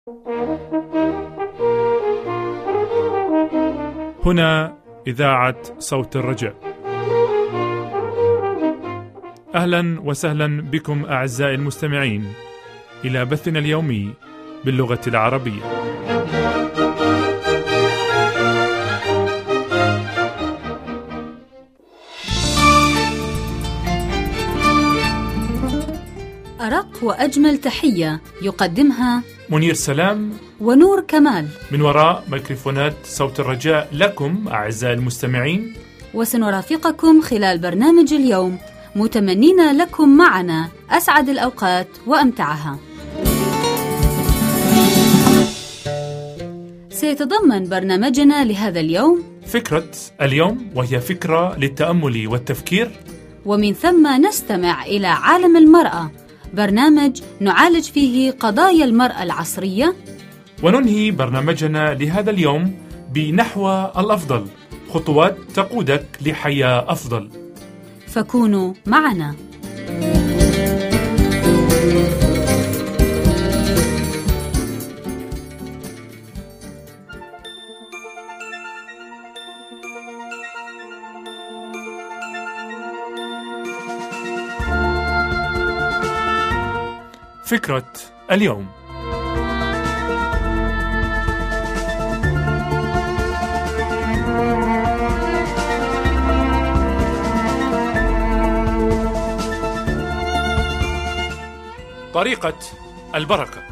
هنا إذاعة صوت الرجاء. أهلا وسهلا بكم أعزائي المستمعين إلى بثنا اليومي باللغة العربية. أرق وأجمل تحية يقدمها منير سلام ونور كمال من وراء ميكروفونات صوت الرجاء لكم أعزائي المستمعين، وسنرافقكم خلال برنامج اليوم متمنين لكم معنا أسعد الأوقات وأمتعها. سيتضمن برنامجنا لهذا اليوم فكرة اليوم، وهي فكرة للتأمل والتفكير، ومن ثم نستمع إلى عالم المرأة، برنامج نعالج فيه قضايا المرأة العصرية، وننهي برنامجنا لهذا اليوم بنحو الأفضل، خطوات تقودك لحياة أفضل. فكونوا معنا. فكرة اليوم. طريقة البركة.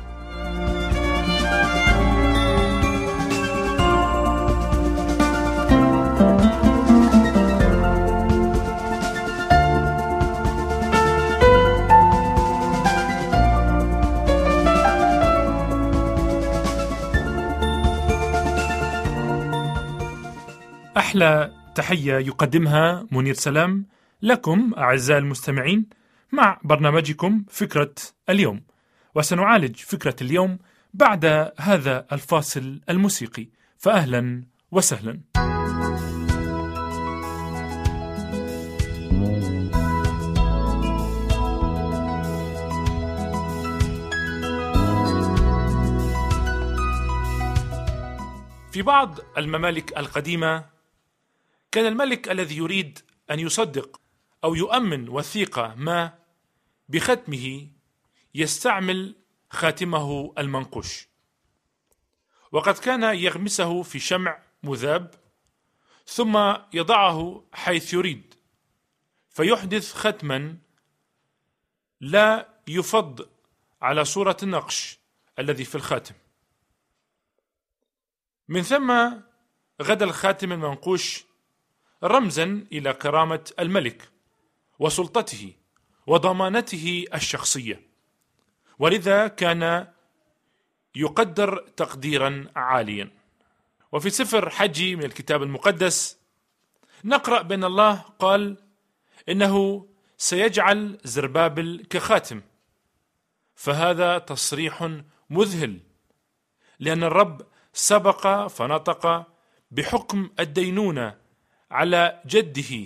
أحلى تحية يقدمها منير سلام لكم أعزائي المستمعين مع برنامجكم فكرة اليوم، وسنعالج فكرة اليوم بعد هذا الفاصل الموسيقي، فأهلا وسهلا. في بعض الممالك القديمة كان الملك الذي يريد أن يصدق أو يؤمن وثيقة ما بختمه يستعمل خاتمه المنقوش، وقد كان يغمسه في شمع مذاب ثم يضعه حيث يريد، فيحدث ختما لا يفض على صورة النقش الذي في الخاتم. من ثم غدا الخاتم المنقوش رمزا إلى كرامة الملك وسلطته وضمانته الشخصية، ولذا كان يقدر تقديرا عاليا. وفي سفر حجي من الكتاب المقدس نقرأ بأن الله قال إنه سيجعل زربابل كخاتم، فهذا تصريح مذهل، لأن الرب سبق فنطق بحكم الدينونة على جده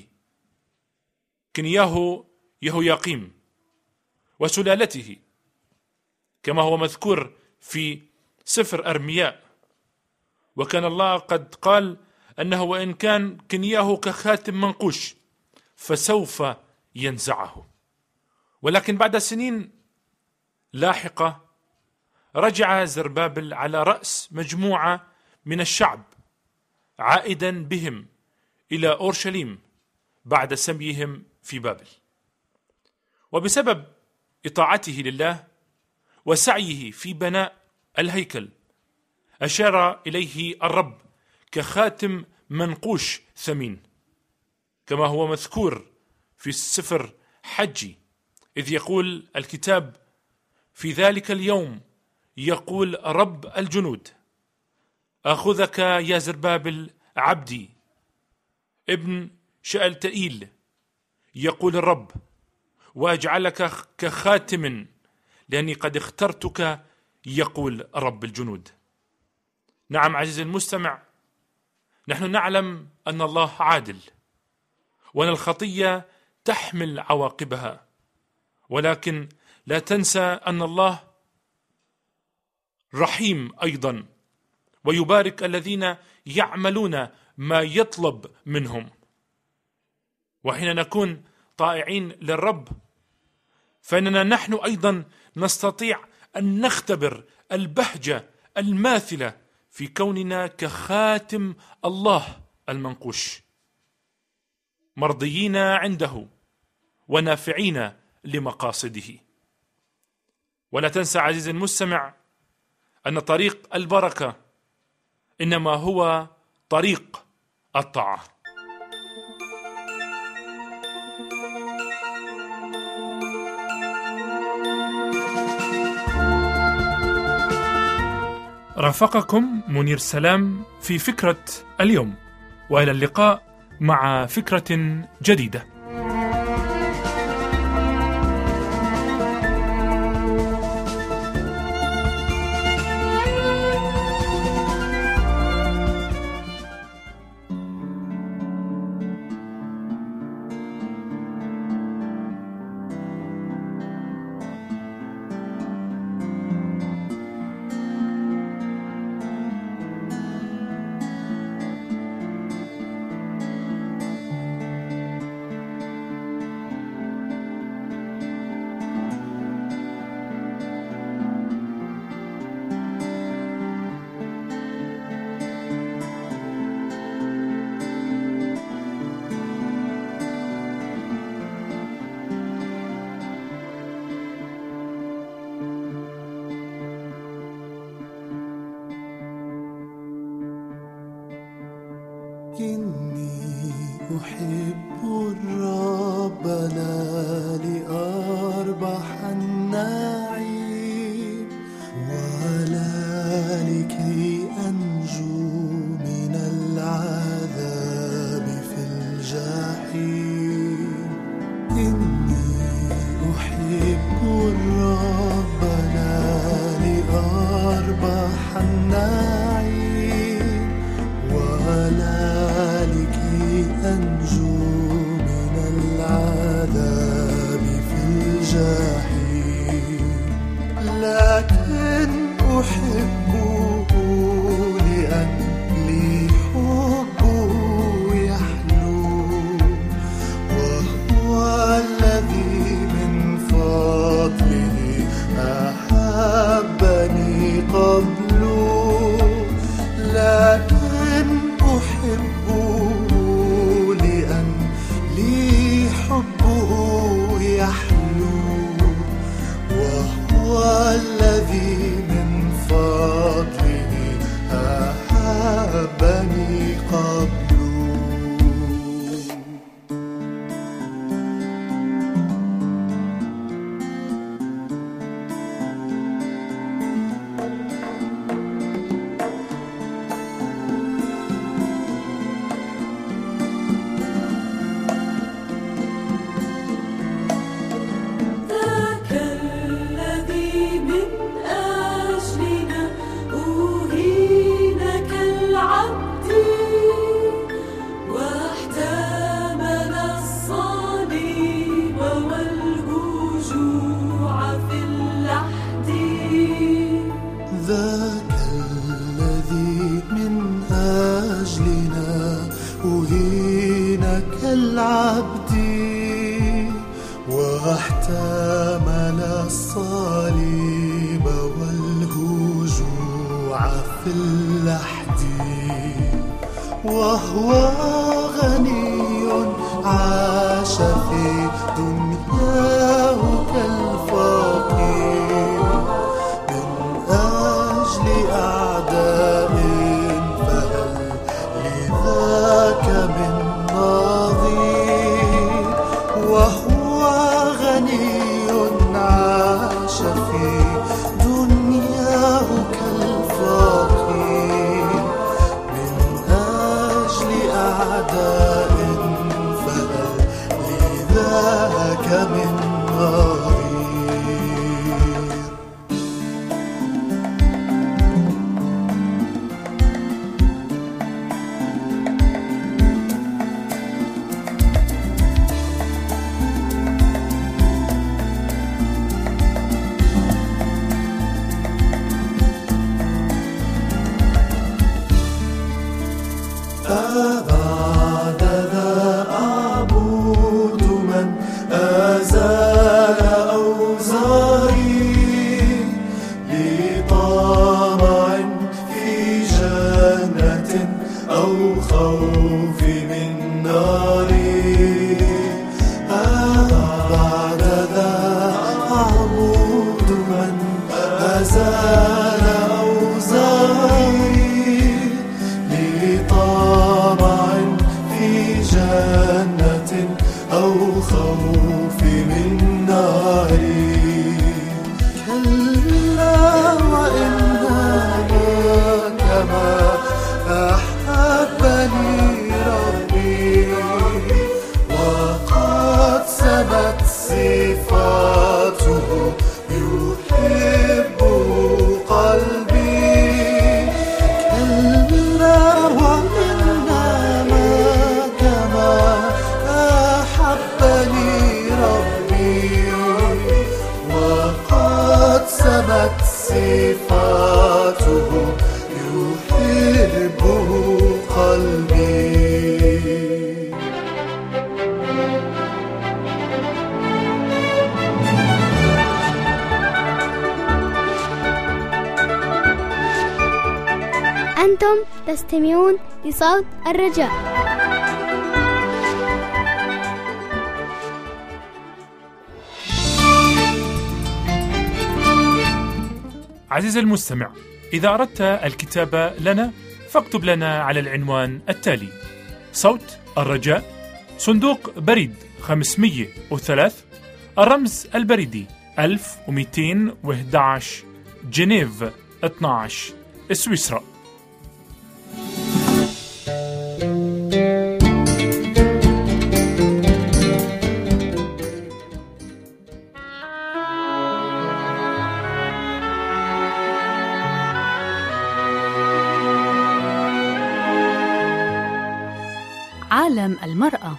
كنياه يهوياقيم وسلالته، كما هو مذكور في سفر أرمياء. وكان الله قد قال أنه وإن كان كنياه كخاتم منقوش فسوف ينزعه. ولكن بعد سنين لاحقة رجع زربابل على رأس مجموعة من الشعب عائدا بهم إلى أورشليم بعد سميهم في بابل، وبسبب إطاعته لله وسعيه في بناء الهيكل أشار إليه الرب كخاتم منقوش ثمين، كما هو مذكور في السفر حجي، إذ يقول الكتاب: في ذلك اليوم يقول رب الجنود: أخذك يا زربابل عبدي ابن شألتئيل، يقول الرب، وأجعلك كخاتم لأني قد اخترتك، يقول رب الجنود. نعم عزيزي المستمع، نحن نعلم أن الله عادل وأن الخطية تحمل عواقبها، ولكن لا تنسى أن الله رحيم أيضا، ويبارك الذين يعملون ما يطلب منهم. وحين نكون طائعين للرب فإننا نحن أيضا نستطيع أن نختبر البهجة الماثلة في كوننا كخاتم الله المنقوش، مرضيين عنده ونافعين لمقاصده. ولا تنسى عزيزي المستمع أن طريق البركة إنما هو طريق الطاعة. رافقكم منير سلام في فكرة اليوم، وإلى اللقاء مع فكرة جديدة. إني أحب الرب لا لأربح النعيم ولا لكي أنجو من العذاب في الجحيم. إني أحب الرب لا لأربح النعيم ولا أنجو من العذاب في الجحيم، لكن أحبه لأن لي حبه يحلو، وهو الذي من فضله أحبني قبله، لكن أحبه لي حبه يحلو، وهو الذي من فضله أحبني قبله. ذاك الذي من أجلنا أهين كالعبد واحتمل الصليب والجوع في اللحد، وهو غني عاش في دنياه كالفقير من أجل أعداء، فهل لذاك من نظير؟ وهو غني عاش في دنياه كالفقير من أجل أعداء، فهل لذاك من نظير؟ خوفي من ناري، بعد ذا أعبد من أزال أوزاري، لطمع في جنة أو خوفي من ناري. كلا وإنما كما أحبني ربي، وقد سمت صفاته يحب قلبي. كلا وإنما كما أحبني ربي، وقد سمت صفاته يحب قلبي. أنتم تستمعون لصوت الرجاء. عزيزي المستمع، إذا أردت الكتابة لنا فاكتب لنا على العنوان التالي: صوت الرجاء، صندوق بريد 503، الرمز البريدي 1211، جنيف 12، سويسرا. عالم المرأة.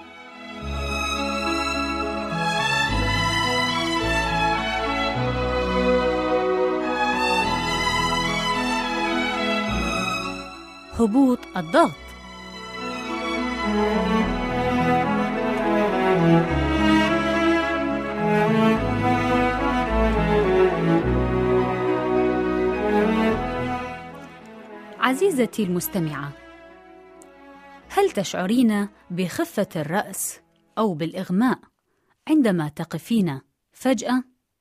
هبوط الضغط. عزيزتي المستمعة، هل تشعرين بخفة الرأس أو بالإغماء عندما تقفين فجأة؟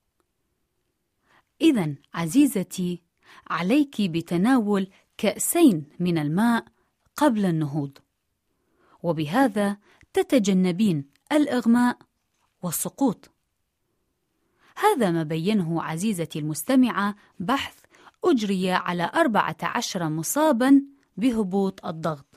إذن عزيزتي، عليك بتناول كأسين من الماء قبل النهوض، وبهذا تتجنبين الإغماء والسقوط. هذا ما بينه عزيزتي المستمعة بحث أجري على 14 مصاباً بهبوط الضغط.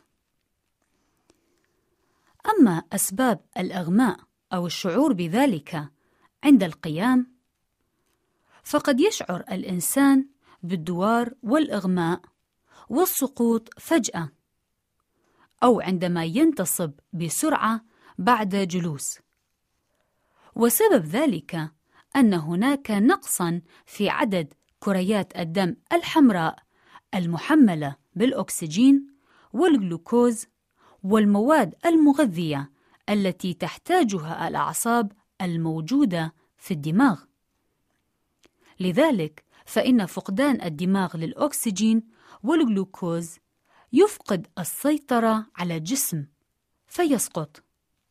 أما أسباب الإغماء أو الشعور بذلك عند القيام، فقد يشعر الإنسان بالدوار والإغماء والسقوط فجأة، أو عندما ينتصب بسرعة بعد جلوس. وسبب ذلك أن هناك نقصاً في عدد كريات الدم الحمراء المحملة بالأكسجين والجلوكوز والمواد المغذية التي تحتاجها الأعصاب الموجودة في الدماغ. لذلك فإن فقدان الدماغ للأكسجين والجلوكوز يفقد السيطرة على الجسم فيسقط.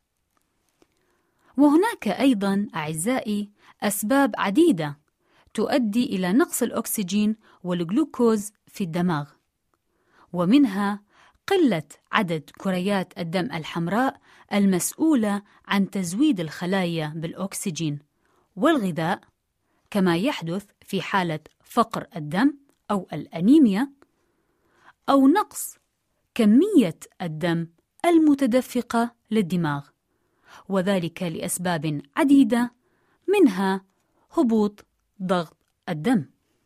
وهناك أيضاً أعزائي أسباب عديدة تؤدي إلى نقص الأكسجين والجلوكوز في الدماغ، ومنها قلة عدد كريات الدم الحمراء المسؤولة عن تزويد الخلايا بالأكسجين والغذاء، كما يحدث في حالة فقر الدم أو الأنيميا، أو نقص كمية الدم المتدفقة للدماغ، وذلك لأسباب عديدة، منها هبوط ضغط الدم.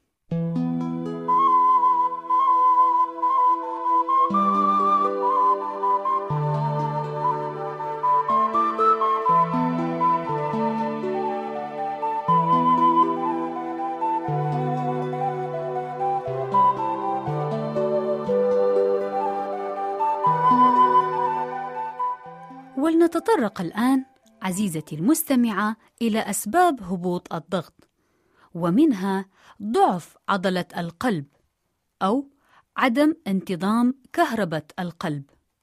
ولنتطرق الآن عزيزتي المستمعة إلى أسباب هبوط الضغط، ومنها ضعف عضلة القلب أو عدم انتظام كهربة القلب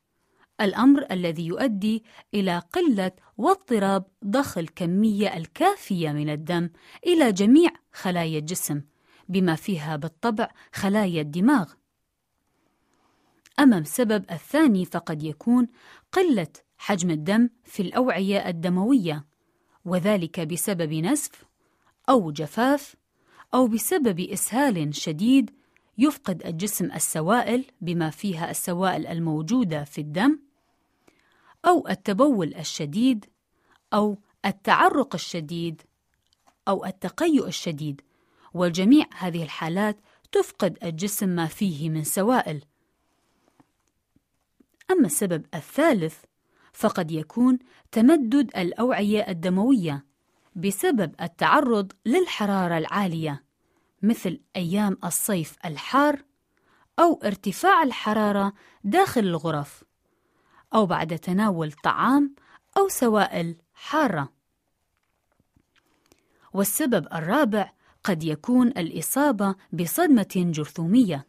الأمر الذي يؤدي إلى قلة واضطراب ضخ الكمية الكافية من الدم إلى جميع خلايا الجسم، بما فيها بالطبع خلايا الدماغ. أما السبب الثاني فقد يكون قلة حجم الدم في الأوعية الدموية، وذلك بسبب نزف أو جفاف، أو بسبب إسهال شديد يفقد الجسم السوائل بما فيها السوائل الموجودة في الدم، أو التبول الشديد، أو التعرق الشديد، أو التقيؤ الشديد، وجميع هذه الحالات تفقد الجسم ما فيه من سوائل. أما السبب الثالث فقد يكون تمدد الأوعية الدموية بسبب التعرض للحرارة العالية، مثل أيام الصيف الحار، أو ارتفاع الحرارة داخل الغرف، أو بعد تناول طعام أو سوائل حارة. والسبب الرابع قد يكون الإصابة بصدمة جرثومية.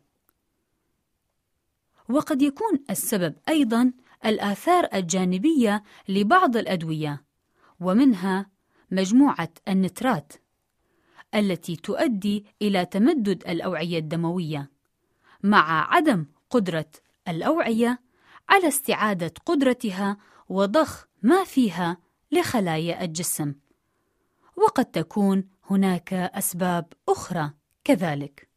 وقد يكون السبب أيضاً الآثار الجانبية لبعض الأدوية، ومنها مجموعة النترات التي تؤدي إلى تمدد الأوعية الدموية، مع عدم قدرة الأوعية على استعادة قدرتها وضخ ما فيها لخلايا الجسم. وقد تكون هناك أسباب أخرى كذلك.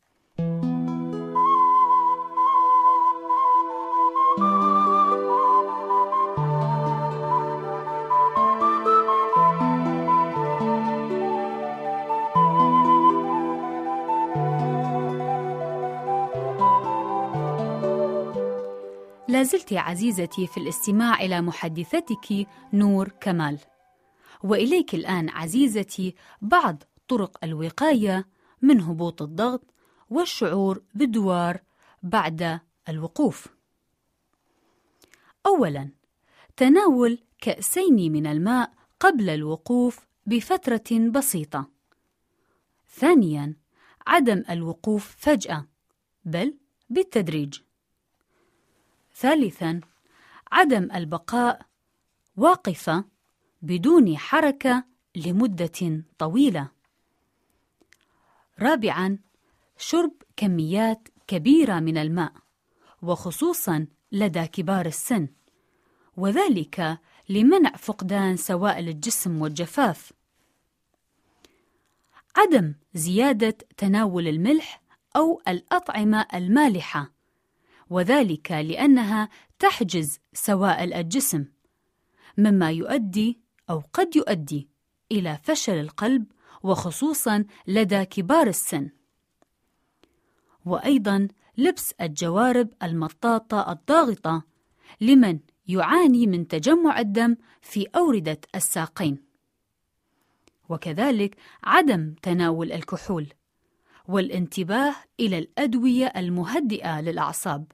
لازلت عزيزتي في الاستماع إلى محدثتك نور كمال، وإليك الآن عزيزتي بعض طرق الوقاية من هبوط الضغط والشعور بالدوار بعد الوقوف. أولاً، تناول كأسين من الماء قبل الوقوف بفترة بسيطة. ثانياً، عدم الوقوف فجأة، بل بالتدريج. ثالثاً، عدم البقاء واقفة بدون حركة لمدة طويلة. رابعاً، شرب كميات كبيرة من الماء، وخصوصاً لدى كبار السن، وذلك لمنع فقدان سوائل الجسم والجفاف. عدم زيادة تناول الملح أو الأطعمة المالحة، وذلك لأنها تحجز سوائل الجسم، مما يؤدي أو قد يؤدي إلى فشل القلب، وخصوصاً لدى كبار السن. وأيضاً لبس الجوارب المطاطة الضاغطة لمن يعاني من تجمع الدم في أوردة الساقين. وكذلك عدم تناول الكحول، والانتباه إلى الأدوية المهدئة للأعصاب.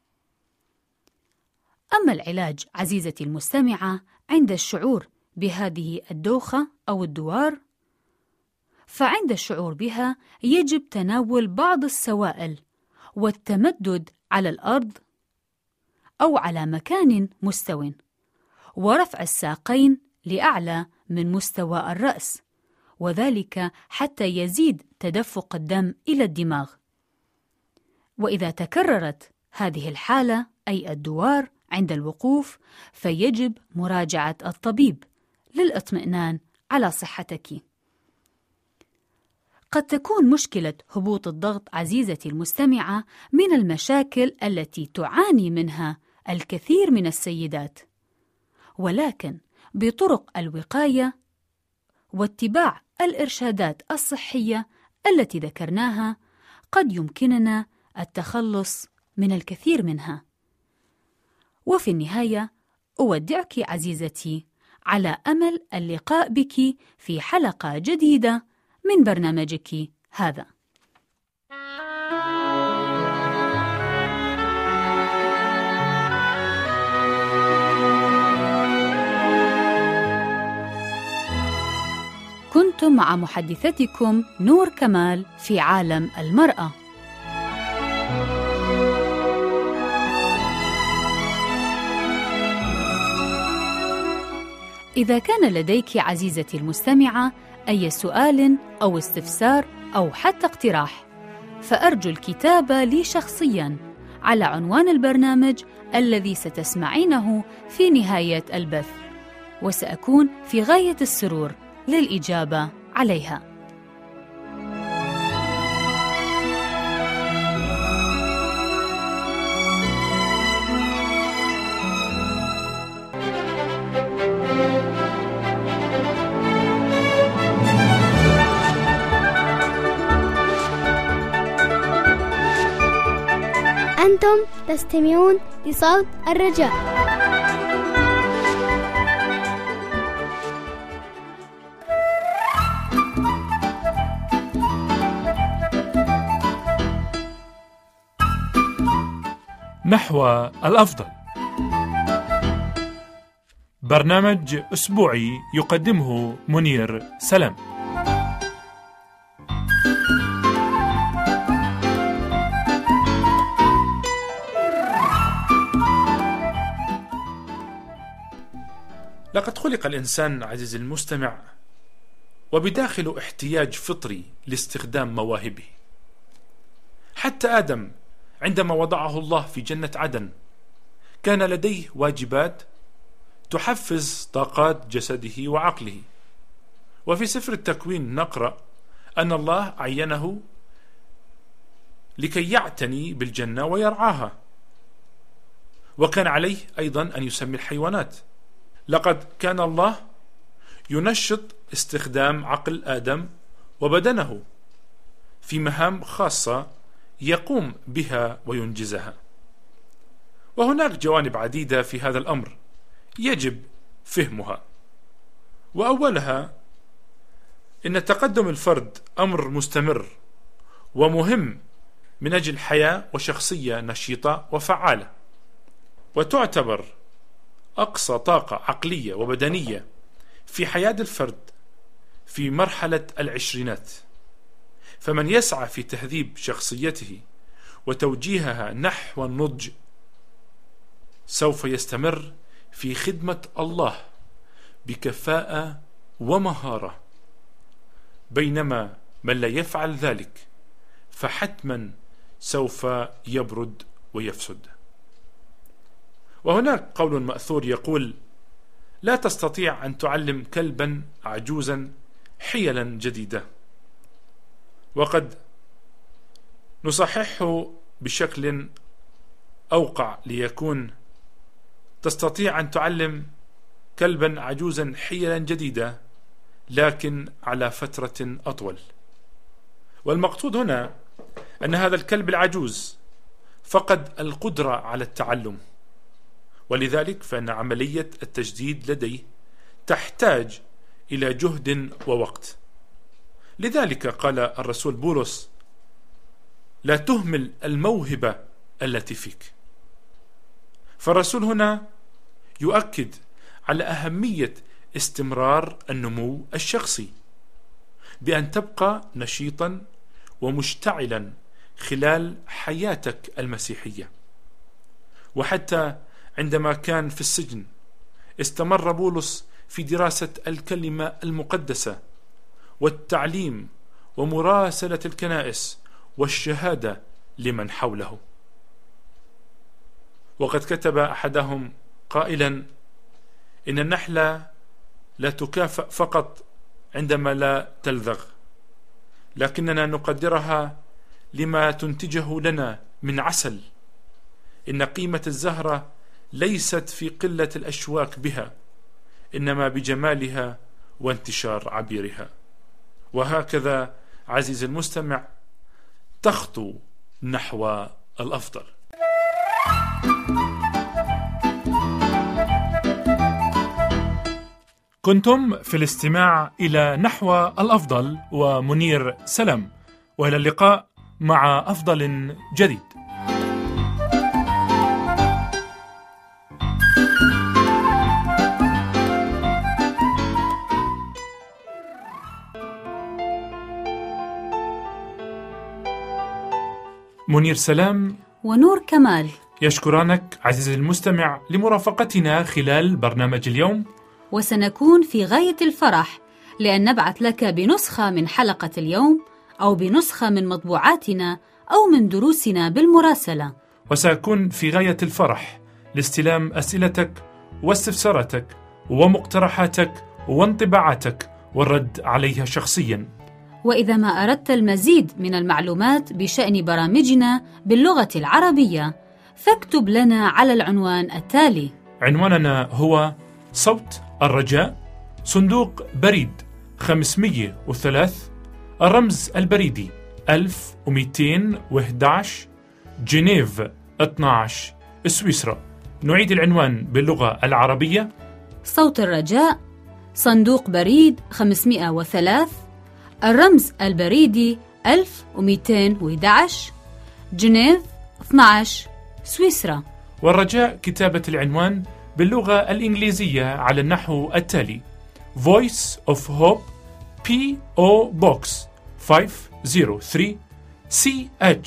أما العلاج عزيزتي المستمعة عند الشعور بهذه الدوخة أو الدوار، فعند الشعور بها يجب تناول بعض السوائل والتمدد على الأرض أو على مكان مستو، ورفع الساقين لأعلى من مستوى الرأس، وذلك حتى يزيد تدفق الدم إلى الدماغ. وإذا تكررت هذه الحالة أي الدوار عند الوقوف، فيجب مراجعة الطبيب للإطمئنان على صحتك. قد تكون مشكلة هبوط الضغط عزيزتي المستمعة من المشاكل التي تعاني منها الكثير من السيدات، ولكن بطرق الوقاية واتباع الإرشادات الصحية التي ذكرناها قد يمكننا التخلص من الكثير منها. وفي النهاية أودعك عزيزتي على أمل اللقاء بك في حلقة جديدة من برنامجك هذا. كنتم مع محدثتكم نور كمال في عالم المرأة. إذا كان لديك عزيزتي المستمعة أي سؤال أو استفسار أو حتى اقتراح، فأرجو الكتابة لي شخصياً على عنوان البرنامج الذي ستسمعينه في نهاية البث، وسأكون في غاية السرور للإجابة عليها. أنتم تستمعون لصوت الرجاء. نحو الأفضل، برنامج أسبوعي يقدمه منير سلام. لقد خلق الإنسان عزيزي المستمع وبداخله احتياج فطري لاستخدام مواهبه. حتى آدم عندما وضعه الله في جنة عدن كان لديه واجبات تحفز طاقات جسده وعقله. وفي سفر التكوين نقرأ أن الله عينه لكي يعتني بالجنة ويرعاها، وكان عليه أيضا أن يسمي الحيوانات. لقد كان الله ينشط استخدام عقل آدم وبدنه في مهام خاصة يقوم بها وينجزها. وهناك جوانب عديدة في هذا الأمر يجب فهمها، وأولها إن تقدم الفرد أمر مستمر ومهم من أجل حياة وشخصية نشيطة وفعالة، وتعتبر أقصى طاقة عقلية وبدنية في حياة الفرد في مرحلة العشرينات. فمن يسعى في تهذيب شخصيته وتوجيهها نحو النضج سوف يستمر في خدمة الله بكفاءة ومهارة، بينما من لا يفعل ذلك فحتما سوف يبرد ويفسد. وهناك قول مأثور يقول: لا تستطيع أن تعلم كلبا عجوزا حيلا جديدة. وقد نصححه بشكل أوقع ليكون: تستطيع أن تعلم كلبا عجوزا حيلا جديدة لكن على فترة أطول. والمقصود هنا أن هذا الكلب العجوز فقد القدرة على التعلم، ولذلك فإن عملية التجديد لديه تحتاج إلى جهد ووقت. لذلك قال الرسول بولس: لا تهمل الموهبة التي فيك. فالرسول هنا يؤكد على أهمية استمرار النمو الشخصي بأن تبقى نشيطا ومشتعلا خلال حياتك المسيحية. وحتى عندما كان في السجن استمر بولس في دراسة الكلمة المقدسة والتعليم ومراسلة الكنائس والشهادة لمن حوله. وقد كتب أحدهم قائلا: إن النحلة لا تكافئ فقط عندما لا تلذغ، لكننا نقدرها لما تنتجه لنا من عسل. إن قيمة الزهرة ليست في قلة الأشواك بها، إنما بجمالها وانتشار عبيرها. وهكذا عزيزي المستمع تخطو نحو الأفضل. كنتم في الاستماع إلى نحو الأفضل ومنير سلام، وإلى اللقاء مع أفضل جديد. منير سلام ونور كمال يشكرانك عزيزي المستمع لمرافقتنا خلال برنامج اليوم، وسنكون في غاية الفرح لأن نبعث لك بنسخة من حلقة اليوم أو بنسخة من مطبوعاتنا أو من دروسنا بالمراسلة. وسأكون في غاية الفرح لاستلام أسئلتك واستفساراتك ومقترحاتك وانطباعاتك والرد عليها شخصياً. وإذا ما أردت المزيد من المعلومات بشأن برامجنا باللغة العربية فاكتب لنا على العنوان التالي. عنواننا هو صوت الرجاء، صندوق بريد 503، الرمز البريدي 1211، جنيف 12، سويسرا. نعيد العنوان باللغة العربية: صوت الرجاء، صندوق بريد 503، الرمز البريدي 1211، جنيف 12، سويسرا. والرجاء كتابة العنوان باللغة الإنجليزية على النحو التالي: Voice of Hope P.O. Box 503 CH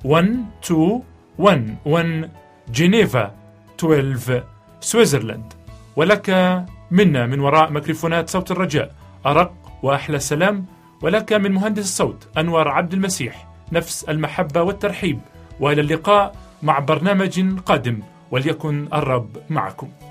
1211 جنيفا 12 سويسرلاند. ولك منا من وراء ميكروفونات صوت الرجاء أرق وأحلى سلام، ولك من مهندس الصوت أنور عبد المسيح نفس المحبة والترحيب، وإلى اللقاء مع برنامج قادم، وليكن الرب معكم.